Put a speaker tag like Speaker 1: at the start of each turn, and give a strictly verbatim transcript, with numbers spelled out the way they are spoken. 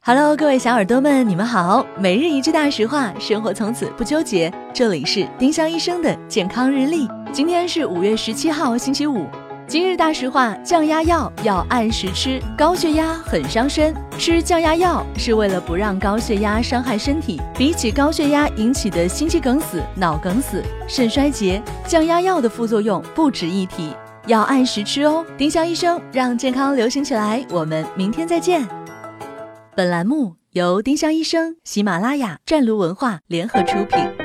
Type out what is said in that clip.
Speaker 1: Hello， 各位小耳朵们，你们好！每日一句大实话，生活从此不纠结。这里是丁香医生的健康日历。今天是五月十七号，星期五。今日大实话：降压药要按时吃，高血压很伤身。吃降压药是为了不让高血压伤害身体。比起高血压引起的心肌梗死、脑梗死、肾衰竭，降压药的副作用不值一提，要按时吃哦。丁香医生让健康流行起来，我们明天再见。本栏目由丁香医生、喜马拉雅、湛卢文化联合出品。